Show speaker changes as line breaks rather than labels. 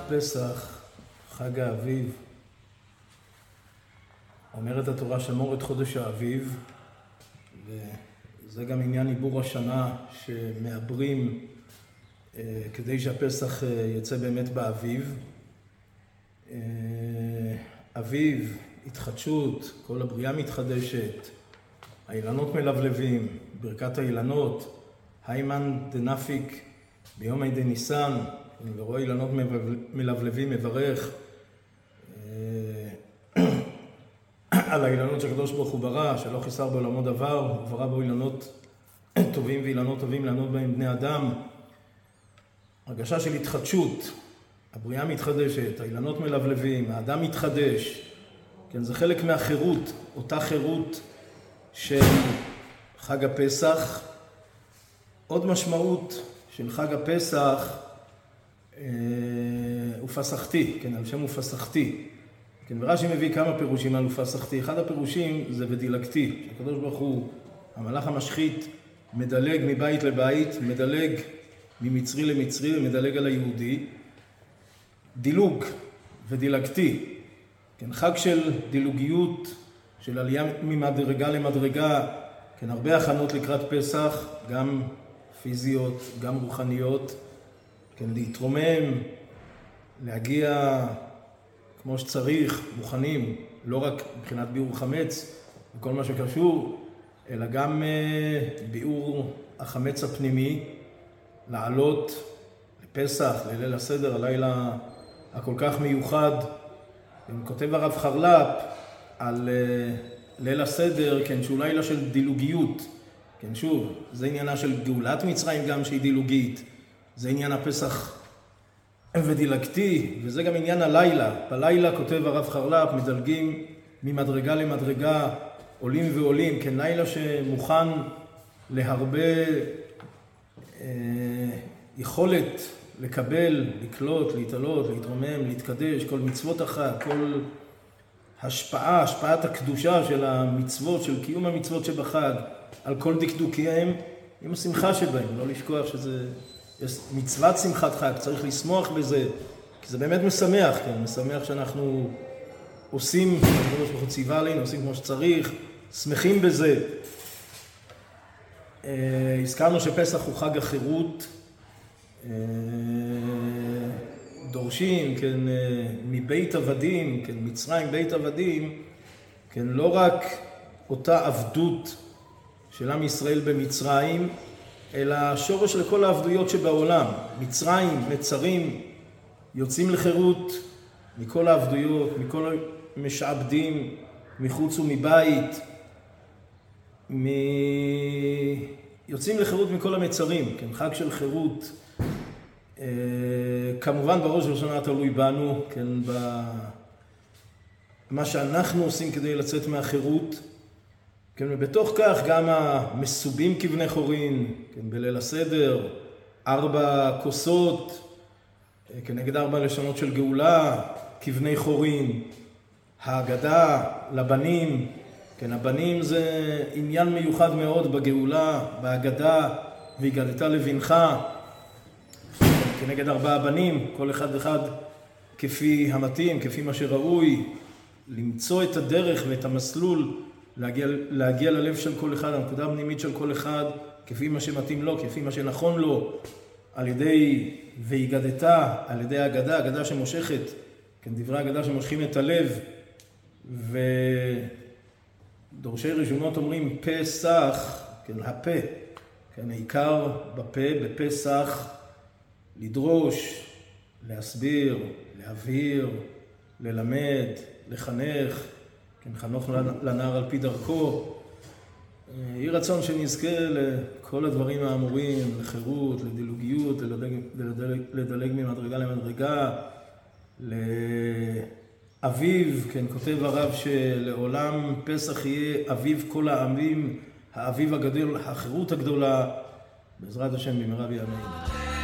פסח, חג האביב, אומרת התורה שמור את חודש האביב, וזה גם עניין עיבור השנה שמעברים כדי שהפסח יצא באמת באביב. אביב, התחדשות, כל הבריאה מתחדשת, האילנות מלבלבים, ברכת האילנות, היימן דנפיק ביום הידי ניסן, ורואה אילנות מלבלבים מברך על האילנות שהקדוש ברוך הוא ברא, שלא חיסר בעולמו דבר, הוא ברא בו אילנות טובים ואילנות טובים לענות בהם בני אדם. הרגשה של התחדשות, הבריאה מתחדשת, האילנות מלבלבים, האדם מתחדש, כן, זה חלק מהחירות, אותה חירות של חג הפסח. עוד משמעות של חג הפסח הוא פסחתי, כן, על שם הוא פסחתי. כן, ורש"י מביא כמה פירושים על ופסחתי. אחד הפירושים זה ודילגתי, שהקדוש ברוך הוא, המלאך המשחית, מדלג מבית לבית, מדלג ממצרי למצרי ומדלג על היהודי. דילוג ודילגתי, כן, חג של דילוגיות, של עלייה ממדרגה למדרגה, כן, הרבה הכנות לקראת פסח, גם פיזיות, גם רוחניות, כן, להתרומם, להגיע כמו שצריך, מוכנים, לא רק מבחינת ביאור חמץ וכל מה שקשור, אלא גם ביאור החמץ הפנימי, לעלות לפסח, לליל הסדר, הלילה הכל כך מיוחד. כותב הרב חרל"פ על ליל הסדר, כן, שהוא לילה של דילוגיות. כן, שוב, זה עניינה של גאולת מצרים גם שהיא דילוגית. זה עניין הפסח ודילגתי, וזה גם עניין הלילה. בלילה, כותב הרב חרל"פ, מדלגים ממדרגה למדרגה, עולים ועולים, כן, לילה שמוכן להרבה יכולת לקבל, לקלוט, להתעלות, להתרומם, להתקדש, כל מצוות החג, כל השפעת הקדושה של המצוות, של קיום המצוות שבחג, על כל דקדוקיהם, עם השמחה שבהם. לא לשכוח שזה מצוות שמחת חג, צריך לשמוח בזה, כי זה באמת משמח, כן? משמח שאנחנו עושים, כמו שאנחנו ציווה עלינו, עושים כמו שצריך, שמחים בזה. הזכרנו שפסח הוא חג החירות, דורשים, כן, מבית עבדים, כן, מצרים בית עבדים, כן, לא רק אותה עבדות של עם ישראל במצרים, אלא שורש לכל העבדויות שבעולם. מצרים, מצרים, יוצאים לחירות מכל העבדויות, מכל משעבדים, מחוץ ומבית, יוצאים לחירות מכל המצרים, כן, חג של חירות. כמובן בראש ובראשונה תלוי בנו, כן, במה שאנחנו עושים כדי לצאת מהחירות, כן, ובתוך כך גם המסובים כבני חורין, כן, בליל הסדר, 4 כוסות, כנגד 4 לשונות של גאולה, כבני חורין, ההגדה לבנים, כן, הבנים זה עניין מיוחד מאוד בגאולה, בהגדה, והגדת לבנך, כנגד 4 בנים, כל אחד ואחד כפי המתאים, כפי מה שראוי, למצוא את הדרך ואת המסלול, להגיע ללב של כל אחד, הנקודה הפנימית של כל אחד, כפי מה שמתאים לו, כפי מה שנכון לו, על ידי והגדתה, על ידי ההגדה, הגדה שמושכת, כן, דברי ההגדה שמושכים את הלב, ודורשי ראשונות אומרים פסח, כן, הפה, כן, העיקר בפה, בפסח, לדרוש, להסביר, להבהיר, ללמד, לחנך, כן, חנוך לנער על פי דרכו. יהי רצון שנזכה לכל הדברים האמורים, לחירות, לדילוגיות, לדלג ממדרגה למדרגה, לאביב, כן, כותב הרב שלעולם פסח יהיה אביב כל העמים, האביב הגדול, החירות הגדולה, בעזרת השם במהרה בימינו.